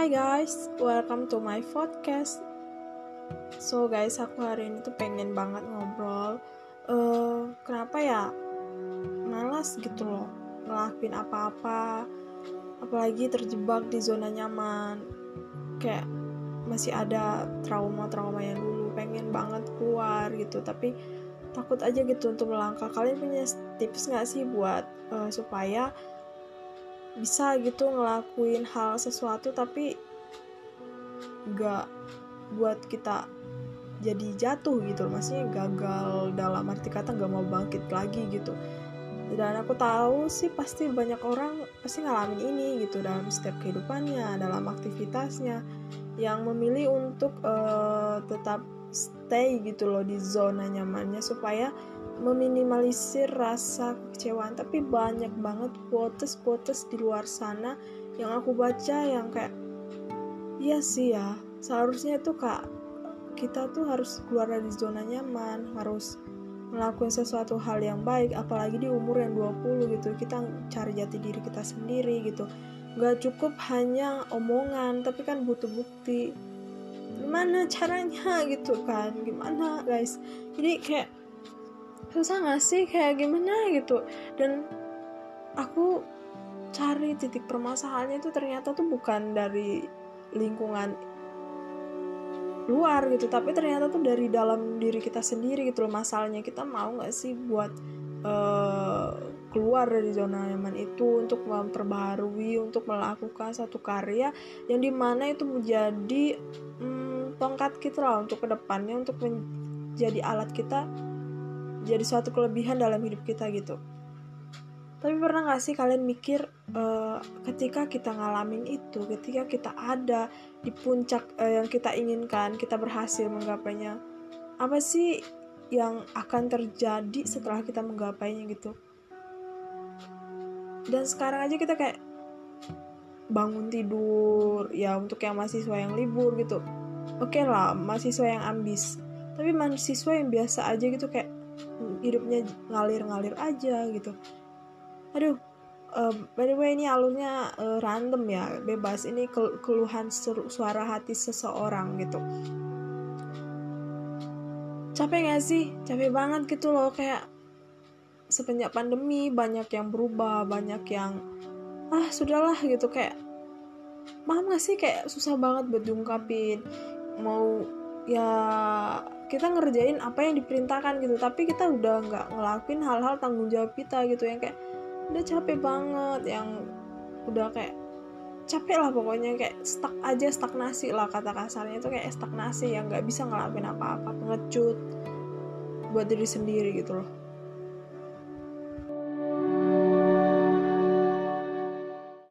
Hi guys, welcome to my podcast. So guys, aku hari ini tuh pengen banget ngobrol. Kenapa ya malas gitu loh ngelakuin apa-apa, apalagi terjebak di zona nyaman. Kayak masih ada trauma-trauma yang dulu, pengen banget keluar gitu, tapi takut aja gitu untuk melangkah. Kalian punya tips nggak sih buat supaya bisa gitu ngelakuin hal sesuatu tapi gak buat kita jadi jatuh gitu, maksudnya gagal dalam arti kata gak mau bangkit lagi gitu. Dan aku tahu sih pasti banyak orang pasti ngalamin ini gitu dalam setiap kehidupannya, dalam aktivitasnya, yang memilih untuk tetap stay gitu loh di zona nyamannya supaya meminimalisir rasa kekecewaan. Tapi banyak banget quotes di luar sana yang aku baca yang kayak iya sih ya, seharusnya tuh kita tuh harus keluar dari zona nyaman, harus ngelakuin sesuatu hal yang baik, apalagi di umur yang 20 gitu. Kita cari jati diri kita sendiri gitu. Gak cukup hanya omongan, tapi kan butuh bukti. Gimana caranya gitu kan, gimana guys. Jadi kayak susah gak sih, kayak gimana gitu. Dan aku cari titik permasalahannya itu ternyata tuh bukan dari lingkungan luar gitu, tapi ternyata tuh dari dalam diri kita sendiri gitu loh. Masalahnya kita mau gak sih buat keluar dari zona nyaman itu, untuk memperbaharui, untuk melakukan satu karya yang dimana itu menjadi tongkat kita lah untuk kedepannya, untuk menjadi alat kita, jadi suatu kelebihan dalam hidup kita gitu. Tapi pernah gak sih kalian mikir ketika kita ngalamin itu, ketika kita ada di puncak yang kita inginkan, kita berhasil menggapainya, apa sih yang akan terjadi setelah kita menggapainya gitu. Dan sekarang aja kita kayak bangun tidur, ya untuk yang mahasiswa yang libur gitu, oke lah, mahasiswa yang ambis, tapi mahasiswa yang biasa aja gitu, kayak hidupnya ngalir-ngalir aja gitu. Aduh, by the way ini alurnya random ya, bebas, ini keluhan suara hati seseorang gitu. Capek gak sih? Capek banget gitu loh, kayak semenjak pandemi banyak yang berubah, banyak yang sudahlah gitu, kayak paham gak sih, kayak susah banget buat diungkapin. Mau ya kita ngerjain apa yang diperintahkan gitu, tapi kita udah gak ngelakuin hal-hal tanggung jawab kita gitu, yang kayak udah capek banget, yang udah kayak capek lah pokoknya, kayak stagnasi lah kata kasarnya itu, kayak stagnasi yang gak bisa ngelakuin apa-apa, pengecut buat diri sendiri gitu loh.